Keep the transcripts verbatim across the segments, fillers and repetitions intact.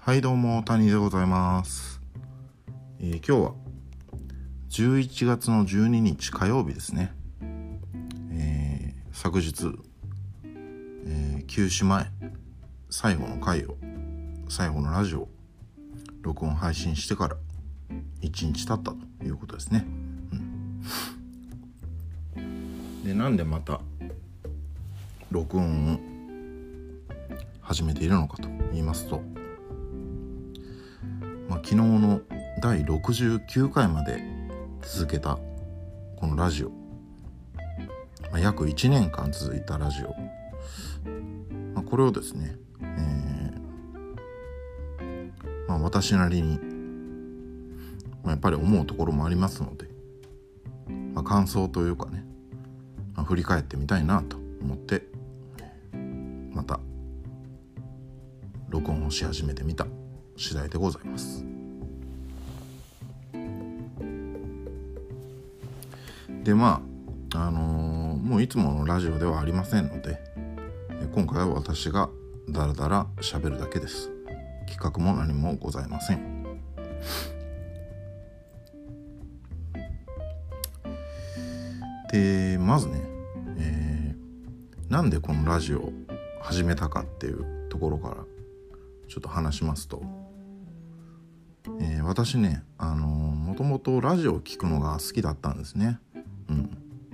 はいどうも谷でございます、えー、今日はじゅういちがつのじゅうににち火曜日ですね、えー、昨日、えー、休止前最後の回を最後のラジオを録音配信してからいちにち経ったということですね、うん、でなんでまた録音を始めているのかと言いますと、まあ、昨日のだいろくじゅうきゅうかいまで続けたこのラジオ、まあ、約いちねんかん続いたラジオ、まあ、これをですね、えーまあ、私なりに、まあ、やっぱり思うところもありますので、まあ、感想というかね、まあ、振り返ってみたいなと思ってまた録音をし始めてみた次第でございます。でまああのー、もういつものラジオではありませんので、今回は私がだらだら喋るだけです。企画も何もございません。でまずね、えー、なんでこのラジオを始めたかっていうところからちょっと話しますと、えー、私ね、あのー、もともとラジオを聞くのが好きだったんですね。うん。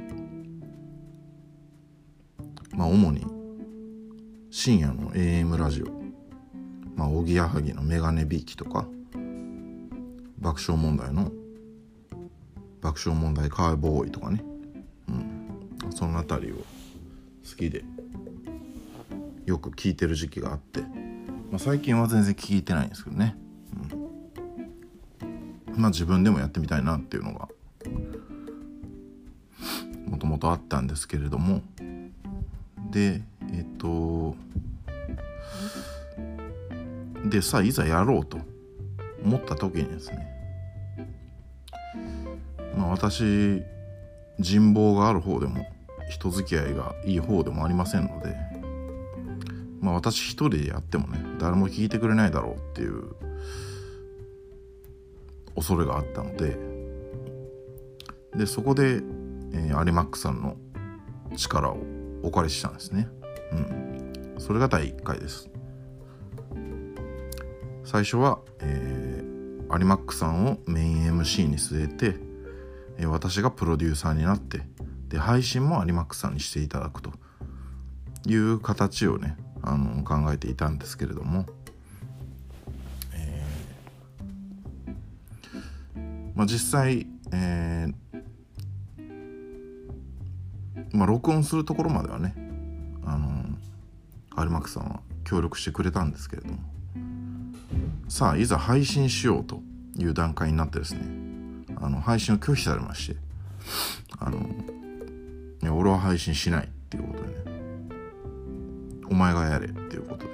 まあ主に深夜の エーエム ラジオ、まあおぎやはぎのメガネビーキとか、爆笑問題の爆笑問題カーボーイとかね、うん、そのあたりを好きでよく聞いてる時期があって、まあ、最近は全然聞いてないんですけどね、うん、まあ自分でもやってみたいなっていうのがもともとあったんですけれども、でえっとでさあいざやろうと思った時にですね、まあ私人望がある方でも人付き合いがいい方でもありませんので、まあ私一人でやってもね誰も聞いてくれないだろうっていう恐れがあったので、でそこで、えー、アリマックさんの力をお借りしたんですね。うん、それがだいいっかいです。最初は、えー、アリマックさんをメイン エムシー に据えて、えー、私がプロデューサーになって、で配信もアリマックさんにしていただくという形をねあの考えていたんですけれども、えーまあ、実際、えーまあ、録音するところまではねあのアリマックさんは協力してくれたんですけれども、さあいざ配信しようという段階になってですね、あの配信を拒否されまして、あのいや俺は配信しないっていうことでね、お前がやれっていうことで、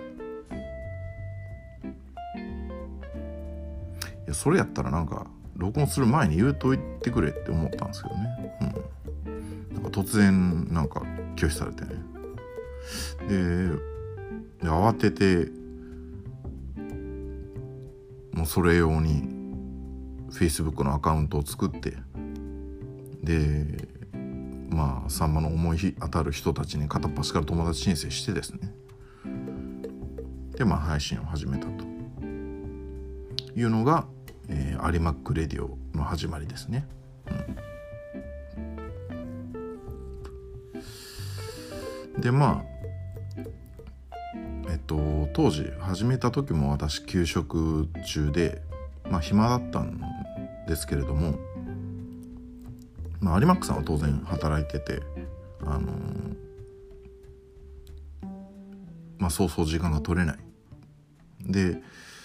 いやそれやったらなんか録音する前に言うといてくれって思ったんですけどね、うん、なんか突然なんか拒否されてね、で、で慌ててもうそれ用に Facebook のアカウントを作って、でまあさんまの思い当たる人たちに片っ端から友達申請してですね、でまあ配信を始めたというのが、えー、アリマックレディオの始まりですね、うん、でまあえっと当時始めた時も私休職中でまあ暇だったんですけれども、まあ、アリマックさんは当然働いてて、あのー、まあそうそう時間が取れない。で、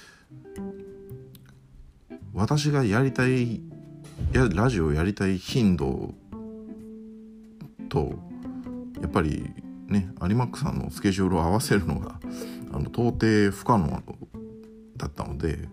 私がやりたいやラジオをやりたい頻度とやっぱりねアリマックさんのスケジュールを合わせるのがあの到底不可能だったので、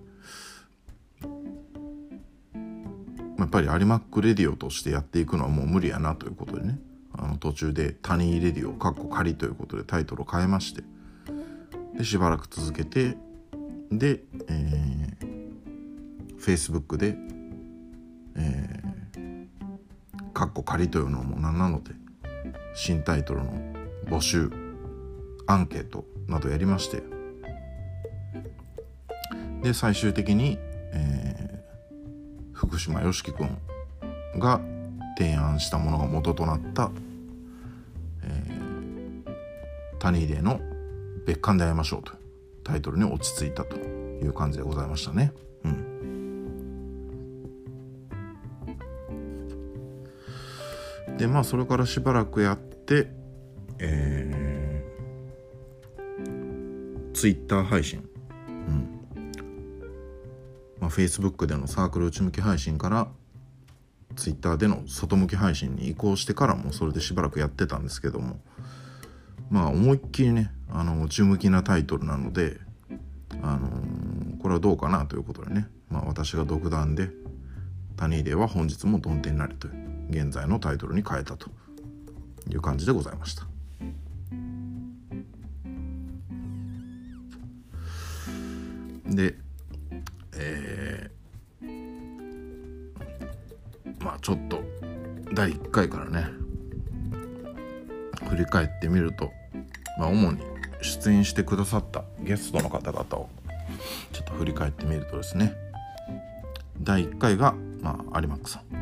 やっぱりアリマックレディオとしてやっていくのはもう無理やなということでね、あの途中でタニーレディオカッコ仮ということでタイトルを変えまして、でしばらく続けてで、えー、Facebook で、えー、カッコ仮というのもなんなので新タイトルの募集アンケートなどやりまして、で最終的に、えー、福島よしきくんが提案したものが元となった、えー、谷出の別館で会いましょうというタイトルに落ち着いたという感じでございましたね。うん、でまあそれからしばらくやって、えー、ツイッター配信、うんまあ、Facebook でのサークル内向き配信からツイッターでの外向き配信に移行してからもそれでしばらくやってたんですけども、まあ思いっきりねあの内向きなタイトルなので、あのー、これはどうかなということでね、まあ、私が独断で谷出は本日も曇天なりという現在のタイトルに変えたという感じでございました。で、えー、まあちょっとだいいっかいからね振り返ってみると、まあ主に出演してくださったゲストの方々をちょっと振り返ってみるとですね、だいいっかいが、まあ、有馬さん、うん、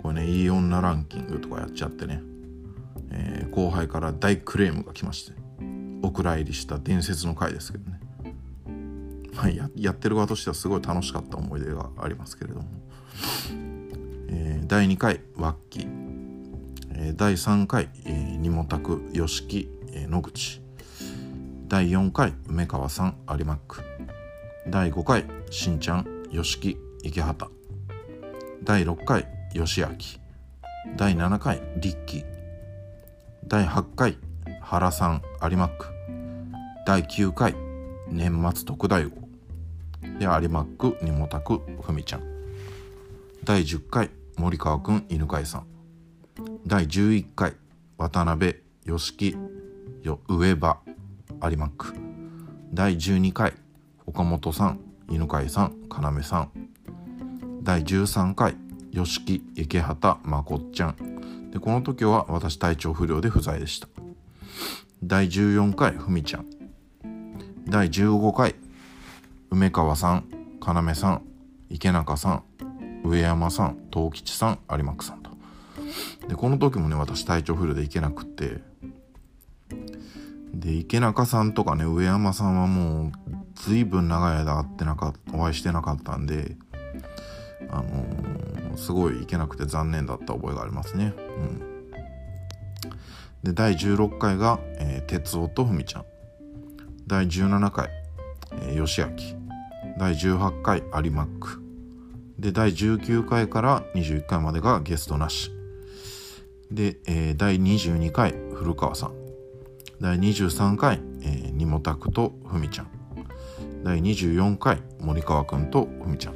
これねいい女ランキングとかやっちゃってね、えー、後輩から大クレームが来まして、お蔵入りした伝説の回ですけどね、まあ、や, やってる側としてはすごい楽しかった思い出がありますけれども、えー、だいにかいワッキー、えー、だいさんかい、えー、ニモタク吉木、えー、野口、だいよんかい梅川さん有馬区、だいごかいしんちゃん吉木池畑、だいろっかい吉明、だいななかいリッキー、だいはちかい原さん有馬区、だいきゅうかい年末特大号で有馬区にもたくふみちゃん、だいじゅっかい森川くん犬飼さん、だいじゅういっかい渡辺吉木よ上場有馬区、だいじゅうにかい岡本さん犬飼さん要さん、だいじゅうさんかい吉木池畑まこっちゃんで、この時は私体調不良で不在でした。だいじゅうよんかいふみちゃん、だいじゅうごかい梅川さん要さん池中さん上山さん東吉さん有馬区さんと。でこの時もね私体調不良で行けなくって、で池中さんとかね上山さんはもうずいぶん長い間会ってなかったお会いしてなかったんで、あのー、すごい行けなくて残念だった覚えがありますね。うん、でだいじゅうろっかいが、えー、哲夫とふみちゃん、だいじゅうななかい、えー、吉明、だいじゅうはちかい有馬区で、だいじゅうきゅうかいからにじゅういっかいまでがゲストなしで、えー、だいにじゅうにかい古川さん、だいにじゅうさんかい、えー、にもたくとふみちゃん、だいにじゅうよんかい森川くんとふみちゃん、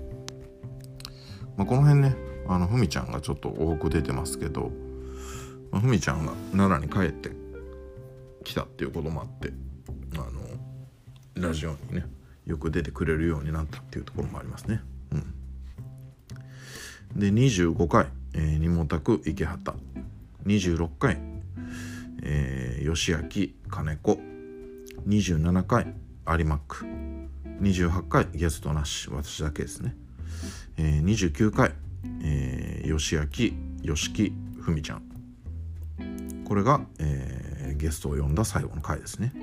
まあ、この辺ねあのふみちゃんがちょっと多く出てますけど、まあ、ふみちゃんが奈良に帰ってきたっていうこともあってあのラジオにねよく出てくれるようになったっていうところもありますね。うん、でにじゅうごかい、えー、にもたく池畑、にじゅうろっかい、えー、吉明金子、にじゅうななかい有馬区、にじゅうはちかいゲストなし私だけですね、えー、にじゅうきゅうかい、えー、吉明吉木ふみちゃん、これが、えー、ゲストを呼んだ最後の回ですね。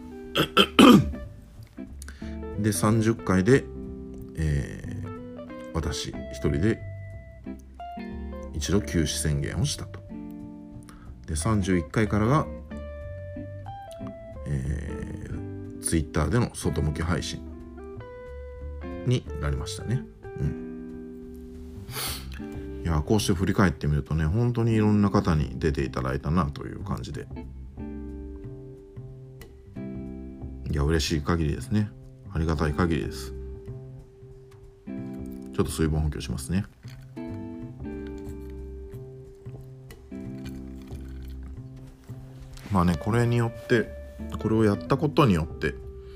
でさんじゅっかいで、えー、私一人で一度休止宣言をしたと。でさんじゅういっかいからが、えー、ツイッターでの外向き配信になりましたね。うん、いやこうして振り返ってみるとね本当にいろんな方に出ていただいたなという感じで、いや嬉しい限りですね。ありがたい限りです。ちょっと水分補給しますね。まあねこれによってこれをやったことによって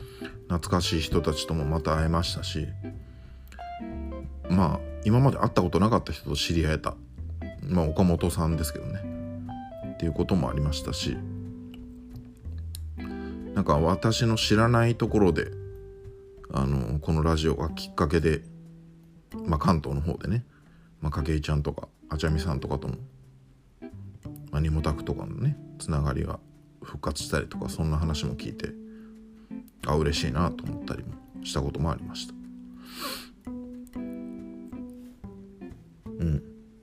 懐かしい人たちともまた会えましたし、まあ今まで会ったことなかった人と知り合えた、まあ岡本さんですけどねっていうこともありましたし、なんか私の知らないところであのこのラジオがきっかけで、まあ、関東の方でね、まあ、筧ちゃんとかあちゃみさんとかとも、まあ、ニモタクとかのねつながりが復活したりとか、そんな話も聞いて、あ嬉しいなと思ったりもしたこともありました。うん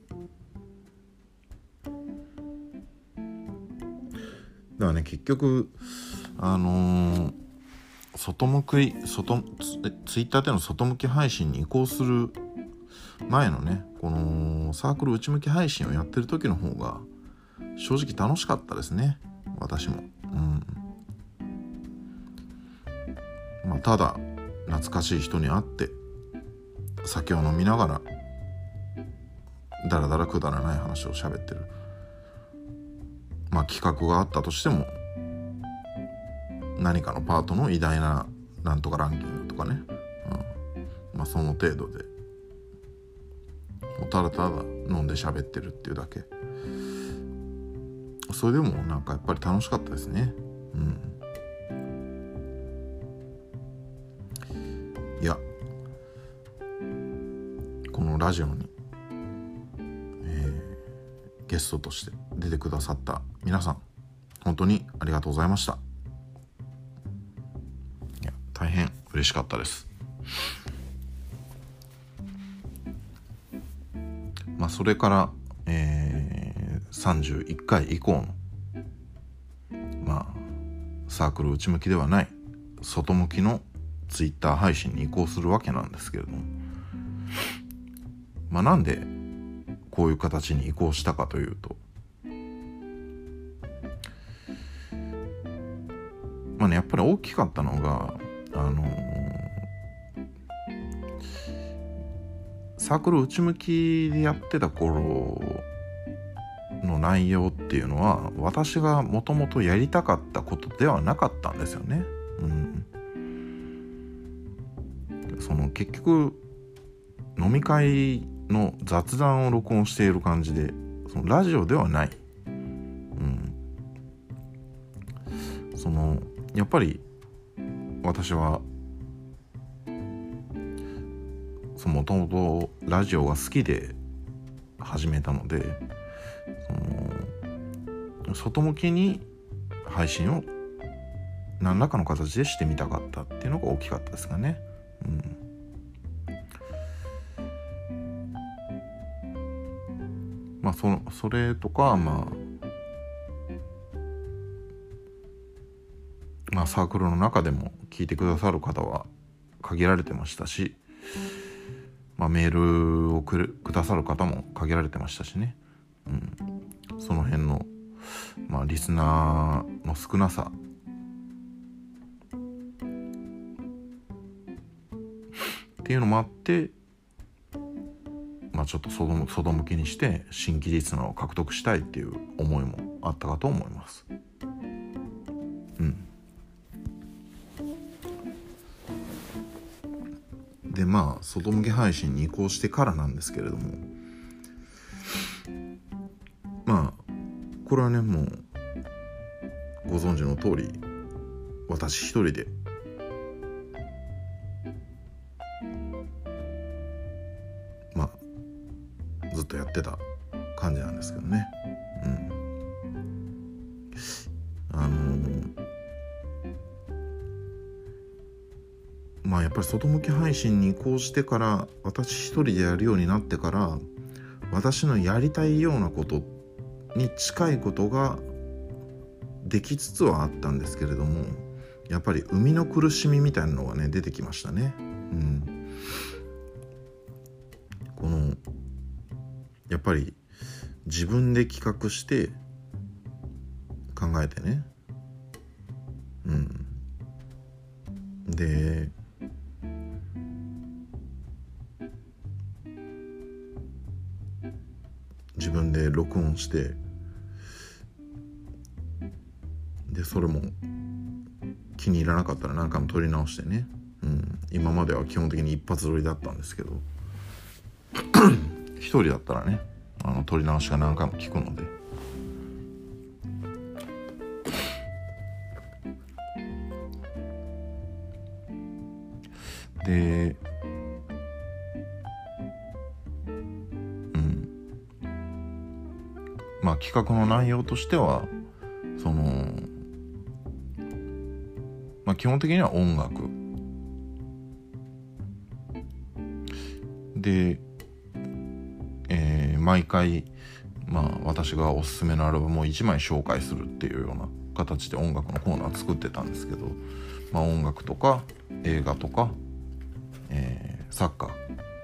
だからね、結局あのー、外向き外ツイッターでの外向き配信に移行する前のね、このサークル内向き配信をやってる時の方が正直楽しかったですね、私も。うんまあ、ただ懐かしい人に会って酒を飲みながらだらだらくだらない話を喋ってる、まあ企画があったとしても、何かのパートの偉大ななんとかランキングとかね、うん、まあその程度でもうただただ飲んで喋ってるっていうだけ。それでもなんかやっぱり楽しかったですね。うんいやこのラジオに、えー、ゲストとして出てくださった皆さん、本当にありがとうございました。いや大変嬉しかったです。まあそれから、えー、さんじゅういっかい以降のまあサークル内向きではない外向きのツイッター配信に移行するわけなんですけれども、まあなんでこういう形に移行したかというと、まあねやっぱり大きかったのがあのー、サークル内向きでやってた頃の内容っていうのは私がもともとやりたかったことではなかったんですよね。うん、その結局飲み会の雑談を録音している感じで、そのラジオではない、うん、そのやっぱり私はもともとラジオが好きで始めたので、その外向きに配信を何らかの形でしてみたかったっていうのが大きかったですかね。うん、まあそのそれとかまあまあサークルの中でも聞いてくださる方は限られてましたし、まあ、メールをくるくださる方も限られてましたしね、うん、その辺の、まあ、リスナーの少なさっていうのもあって、まあ、ちょっと外外向きにして新規リスナーを獲得したいっていう思いもあったかと思います。うんでまあ外向け配信に移行してからなんですけれども、まあこれはねもうご存知の通り私一人でまあずっとやってた感じなんですけどね。うんあのーまあやっぱり外向き配信に移行してから、私一人でやるようになってから、私のやりたいようなことに近いことができつつはあったんですけれども、やっぱり生みの苦しみみたいなのがね出てきましたね。うん、このやっぱり自分で企画して考えてね、うん、で自分で録音して、でそれも気に入らなかったら何回も撮り直してね、うん、今までは基本的に一発撮りだったんですけど一人だったらねあの撮り直しが何回も聞くので、でうんまあ企画の内容としてはそのまあ基本的には音楽で、えー、毎回まあ私がおすすめのアルバムをいちまい紹介するっていうような形で音楽のコーナー作ってたんですけど、まあ音楽とか映画とか、えー、サッカー、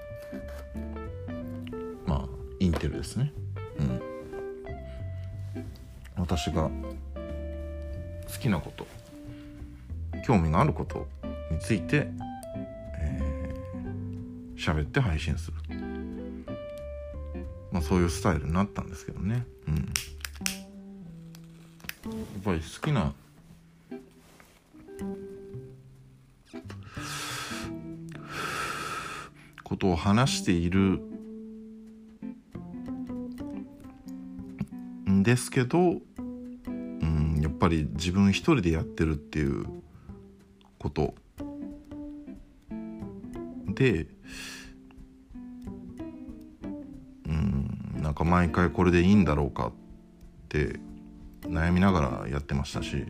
まあインテルですね、うん、私が好きなこと興味があることについてえー、喋って配信する、まあそういうスタイルになったんですけどね、うん、やっぱり好きなことを話しているんですけど、うん、やっぱり自分一人でやってるっていうことで、うんなんか毎回これでいいんだろうかって悩みながらやってましたし、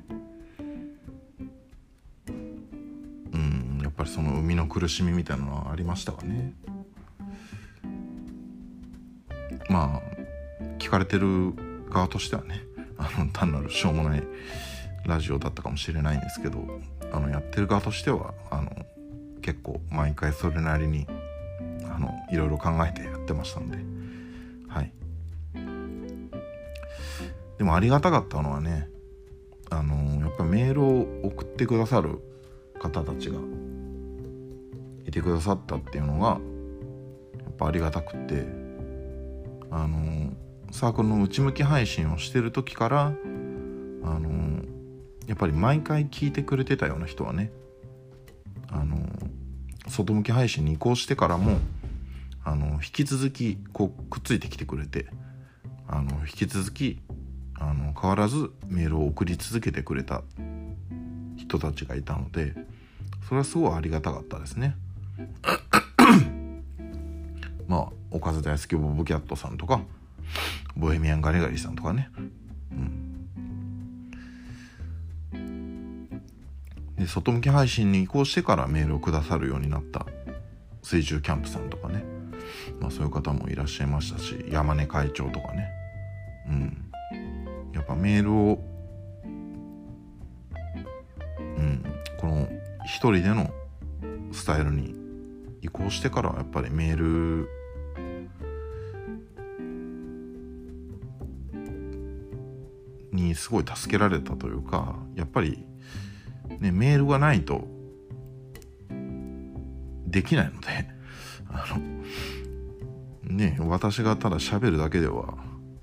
うんやっぱりその生みの苦しみみたいなのはありましたかね。まあ聞かれてる側としてはねあの単なるしょうもないラジオだったかもしれないんですけど、あのやってる側としてはあの結構毎回それなりにあのいろいろ考えてやってましたんで、はい。でもありがたかったのはね、あのやっぱメールを送ってくださる方たちがいてくださったっていうのがやっぱありがたくて、あのサークルの内向き配信をしてる時からあのやっぱり毎回聞いてくれてたような人はね、あの外向き配信に移行してからもあの引き続きこうくっついてきてくれて、あの引き続きあの変わらずメールを送り続けてくれた人たちがいたので、それはすごいありがたかったですねまあおかず大好きボブキャットさんとかボヘミアンガリガリさんとかね、うん、で外向き配信に移行してからメールをくださるようになった水中キャンプさんとかね、まあそういう方もいらっしゃいましたし、山根会長とかね、うん、やっぱメールを、うん、この一人でのスタイルに移行してからやっぱりメールにすごい助けられたというか、やっぱりねメールがないとできないのであのね私がただ喋るだけでは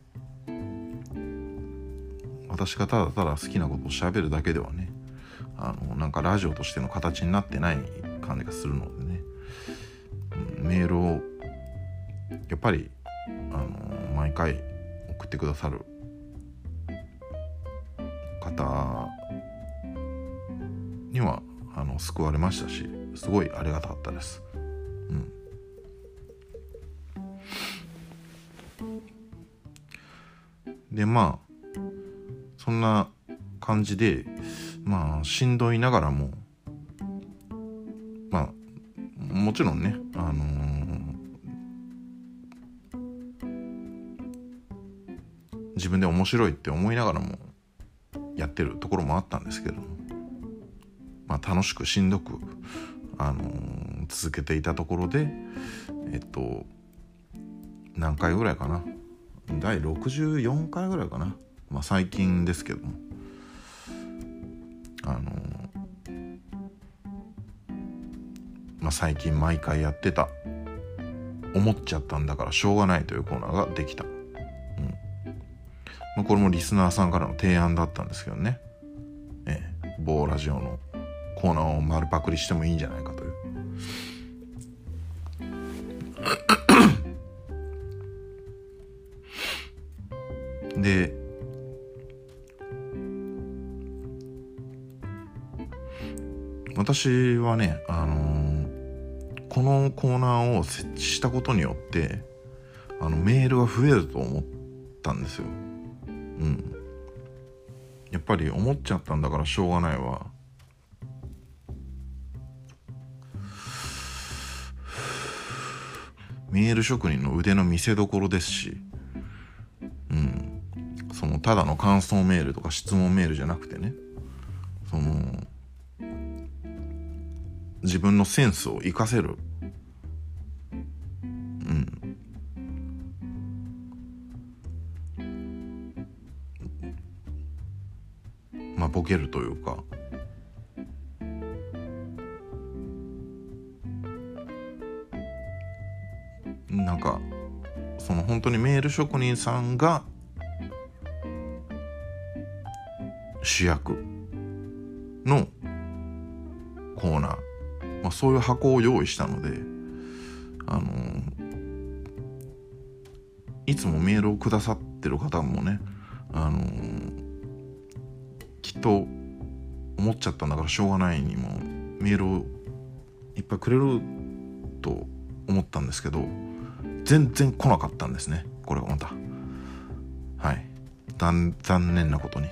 私がただただ好きなことを喋るだけではね、あのなんかラジオとしての形になってない感じがするのでね、うん、メールをやっぱりあの毎回送ってくださる方にはあの救われましたし、すごいありがたかったです、うん、でまあそんな感じでまあしんどいながらもまあもちろんねあのー、自分で面白いって思いながらもやってるところもあったんですけど、まあ楽しくしんどくあのー、続けていたところでえっと何回ぐらいかな、だいろくじゅうよんかいぐらいかな、まあ最近ですけども、あのー、まあ最近毎回やってた思っちゃったんだからしょうがないというコーナーができた、うんまあ、これもリスナーさんからの提案だったんですけどね、ええ、某ラジオのコーナーを丸パクリしてもいいんじゃないかというで私はね、あのー、このコーナーを設置したことによってあのメールが増えると思ったんですよ。うん。やっぱり思っちゃったんだからしょうがないわ。メール職人の腕の見せ所ですし、うん。そのただの感想メールとか質問メールじゃなくてね、その自分のセンスを活かせる、うん、まあボケるというか、なんかその本当にメール職人さんが主役のコーナー、まあ、そういう箱を用意したので、あのー、いつもメールをくださってる方もね、あのー、きっと思っちゃったんだからしょうがないにもメールをいっぱいくれると思ったんですけど、全然来なかったんですね。これがまたはい残念なことに、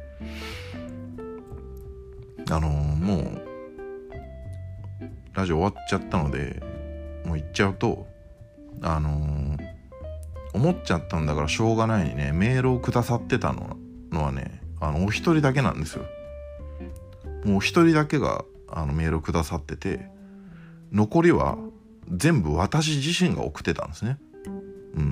あのー、もうラジオ終わっちゃったのでもう言っちゃうと、あのー、思っちゃったんだからしょうがないにねメールをくださってたののはね、あのお一人だけなんですよ。もうお一人だけがあのメールをくださってて、残りは全部私自身が送ってたんですね。うん。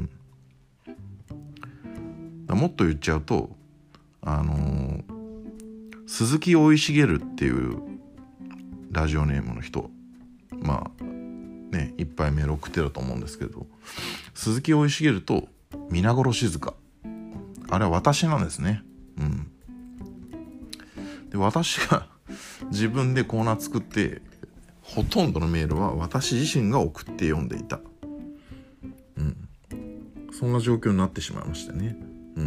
もっと言っちゃうと、あのー、鈴木生い茂っていうラジオネームの人、まあねいっぱいメール送ってると思うんですけど、鈴木生い茂と皆殺静香、あれは私なんですね。うん。で私が自分でコーナー作って、ほとんどのメールは私自身が送って読んでいた。うん。そんな状況になってしまいましたね。うん。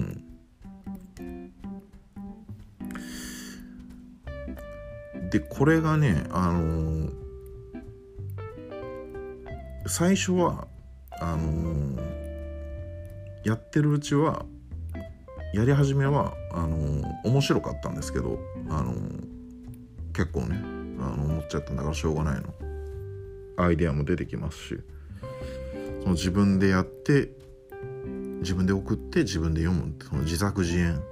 でこれがね、あのー、最初はあのー、やってるうちはやり始めはあのー、面白かったんですけど、あのー、結構ねあの思っちゃったんだからしょうがないのアイデアも出てきますし、その自分でやって自分で送って自分で読むってその自作自演、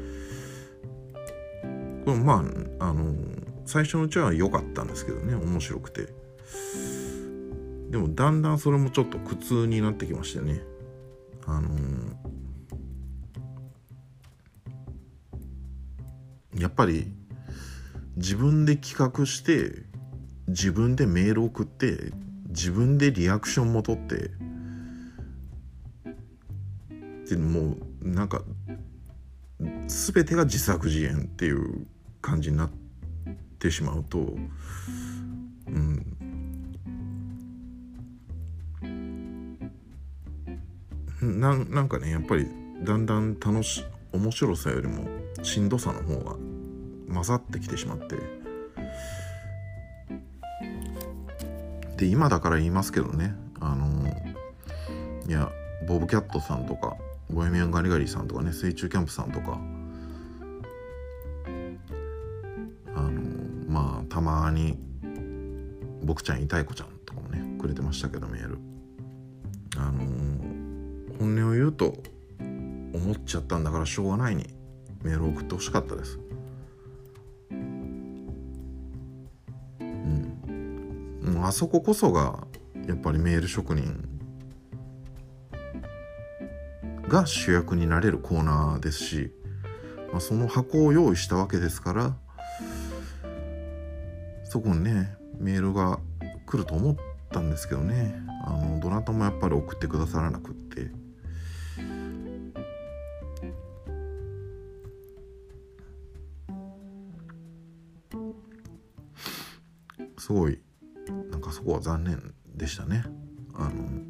これまああのー、最初のうちは良かったんですけどね、面白くて。でもだんだんそれもちょっと苦痛になってきましてね、あのー、やっぱり自分で企画して自分でメール送って自分でリアクションも取ってでもうなんか全てが自作自演っていう感じになってしまうと、うんな, なんかねやっぱりだんだん楽し面白さよりもしんどさの方が混ざってきてしまって、で今だから言いますけどね、あのいやボブキャットさんとかボヘミアンガリガリさんとかね、水中キャンプさんとか、あのまあたまに僕ちゃんいたい子ちゃんとかもねくれてましたけどメール、あの本音を言うと思っちゃったんだからしょうがないにメールを送ってほしかったです。うん、もうあそここそがやっぱりメール職人が主役になれるコーナーですし、まあ、その箱を用意したわけですから、そこにねメールが来ると思ったんですけどね、あのどなたもやっぱり送ってくださらなくって、 すごいなんかそこは残念でしたね。あ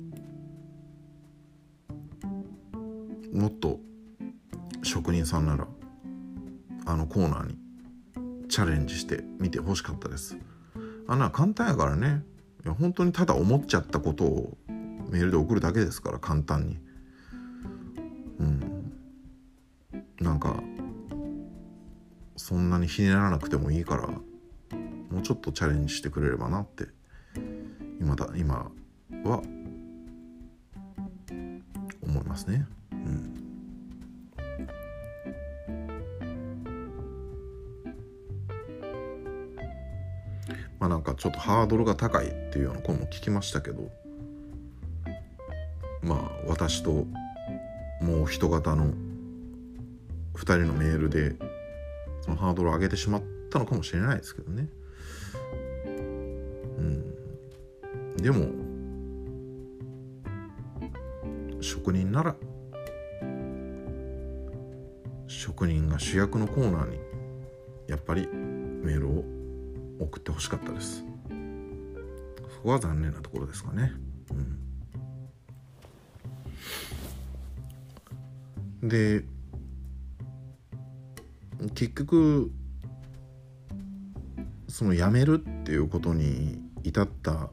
のもっと職人さんならあのコーナーにチャレンジしてみてほしかったです。あんな簡単やからね。いや本当にただ思っちゃったことをメールで送るだけですから、簡単に。うんなんかそんなにひねらなくてもいいから、もうちょっとチャレンジしてくれればなって今だ今は思いますね。うんまあなんかちょっとハードルが高いっていうような声も聞きましたけど、まあ私ともう人型のふたりのメールでそのハードルを上げてしまったのかもしれないですけどね。うんでも職人なら職人が主役のコーナーにやっぱりメールを送ってほしかったです。そこは残念なところですかね。うん、で結局その辞めるっていうことに至った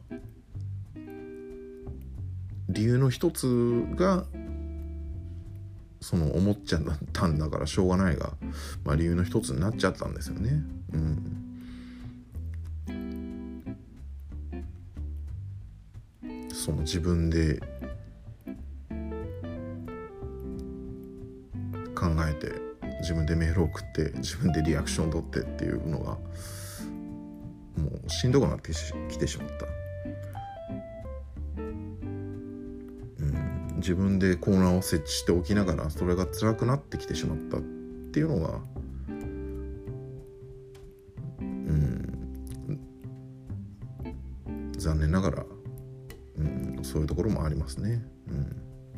理由の一つがその思っちゃったんだからしょうがないが、まあ、理由の一つになっちゃったんですよね。うんその自分で考えて自分でメールを送って自分でリアクション取ってっていうのがもうしんどくなってきてしまった、うん、自分でコーナーを設置しておきながらそれが辛くなってきてしまったっていうのが、うん、残念ながら、うん、そういうところもありますね。うん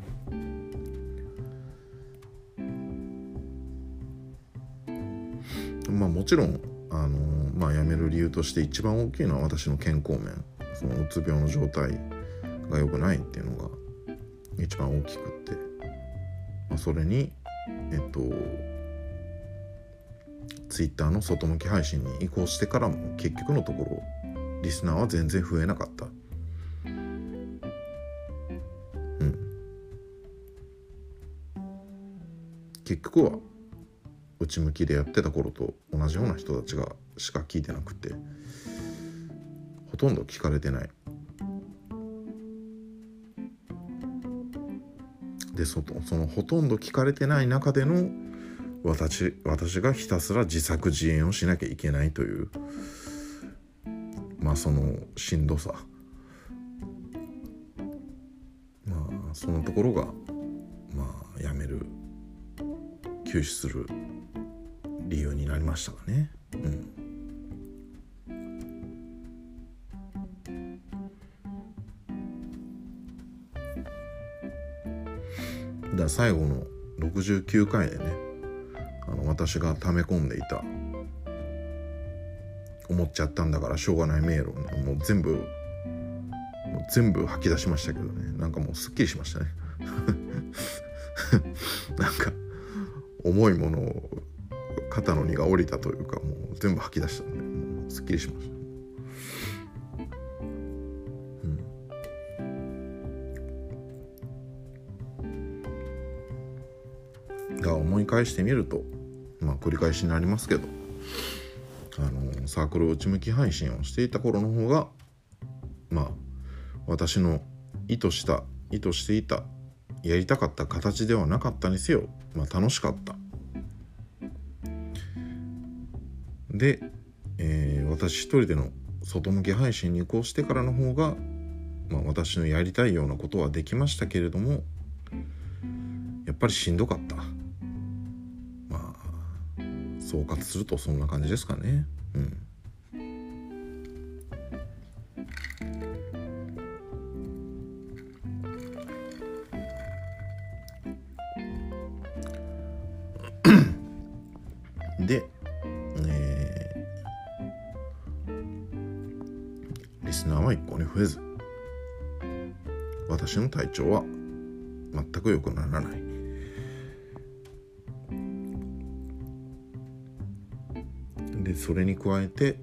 まあ、もちろん、あのーまあ、辞める理由として一番大きいのは私の健康面、そのうつ病の状態が良くないっていうのが一番大きくって、まあ、それにえっとツイッターの外向き配信に移行してからも結局のところリスナーは全然増えなかった。うん結局は内向きでやってた頃と同じような人たちがしか聞いてなくて、ほとんど聞かれてない。で そ, そのほとんど聞かれてない中での私私がひたすら自作自演をしなきゃいけないという、まあそのしんどさ、まあそのところがまあやめる休止する理由になりましたかね。うんだから最後のろくじゅうきゅうかいでね、あの私が溜め込んでいた思っちゃったんだからしょうがないメールをね、もう全部もう全部吐き出しましたけどね、なんかもうすっきりしましたねなんか重いものを肩の荷が下りたというか、もう全部吐き出したんでもうすっきりしました。が思い返してみると、まあ繰り返しになりますけど、あのサークル内向き配信をしていた頃の方がまあ私の意図した意図していたやりたかった形ではなかったにせよ、まあ楽しかった。で、えー、私一人での外向き配信に移行してからの方が、まあ、私のやりたいようなことはできましたけれども、やっぱりしんどかった。まあ総括するとそんな感じですかね。うんで、えリスナーは一向に増えず、私の体調は全く良くならない。でそれに加えて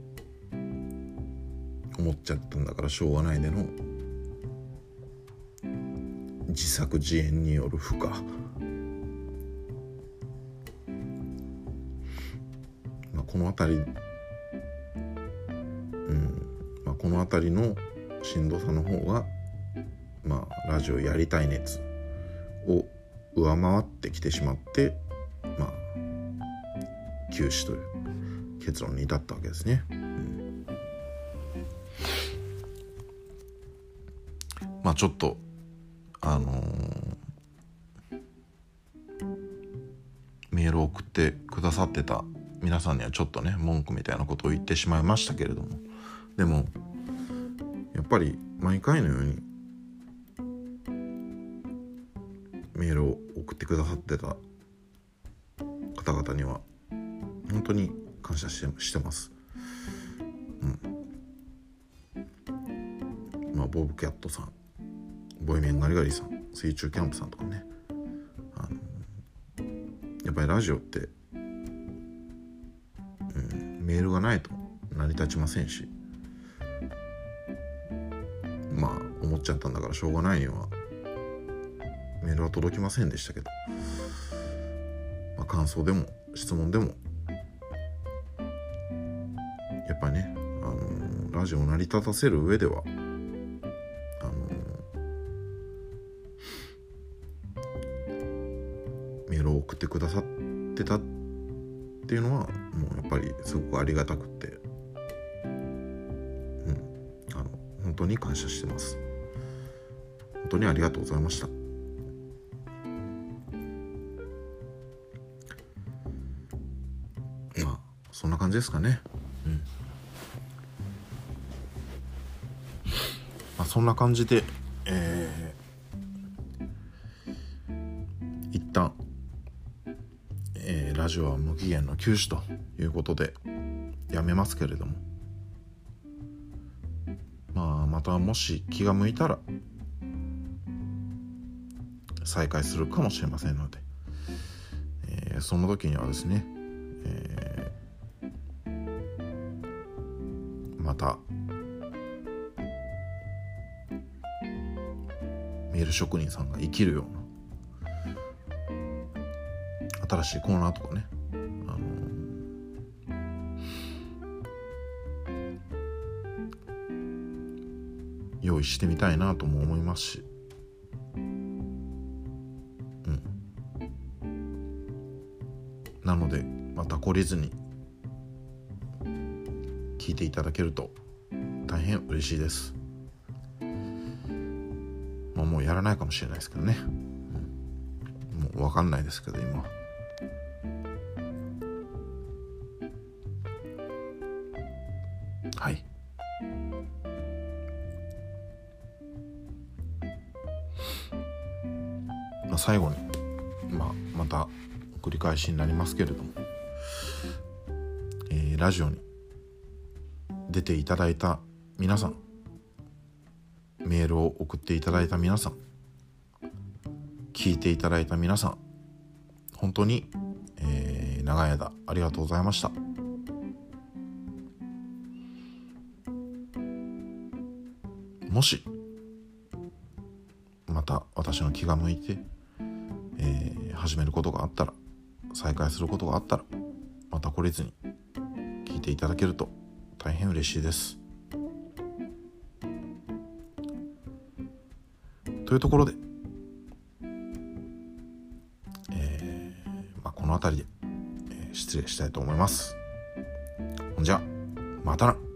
思っちゃったんだからしょうがないでの自作自演による負荷、まあ、このあたり、うんまあ、このあたりのしんどさの方が、まあ、ラジオやりたい熱を上回ってきてしまって、まあ、休止という結論に至ったわけですね。うん、まあちょっとあのー、メールを送ってくださってた皆さんにはちょっとね文句みたいなことを言ってしまいましたけれども、でもやっぱり毎回のようにメールを送ってくださってた方々には本当に感謝して、してます。うん。まあボブキャットさん、ボイメンガリガリさん、水中キャンプさんとかね、あのやっぱりラジオって、うん、メールがないと成り立ちませんし、まあ思っちゃったんだからしょうがないにはメールは届きませんでしたけど、まあ、感想でも質問でもやっぱりね、あのー、ラジオを成り立たせる上では、あのー、メールを送ってくださってたっていうのはもうやっぱりすごくありがたくて、うん、あの本当に感謝してます。本当にありがとうございました。まあそんな感じですかね。うんまあ、そんな感じで、えー、一旦、えー、ラジオは無期限の休止ということでやめますけれども、まあまたもし気が向いたら再開するかもしれませんので、えー、その時にはですね、えー、またメール職人さんが生きるような新しいコーナーとかね、あのー、用意してみたいなとも思いますし、うんなのでまた懲りずに聞いていただけると大変嬉しいです。まあ、もうやらないかもしれないですけどね、うん、もう分かんないですけど今はい。まあ、最後に、まあ、また繰り返しになりますけれども、えー、ラジオに出ていただいた皆さん、メールを送っていただいた皆さん、聞いていただいた皆さん、本当に、えー、長い間ありがとうございました。もしまた私の気が向いて、えー、始めることがあったら、再開することがあったら、また懲りずに聞いていただけると大変嬉しいです。というところで、えーまあ、この辺りで、えー、失礼したいと思います。ほんじゃまたな。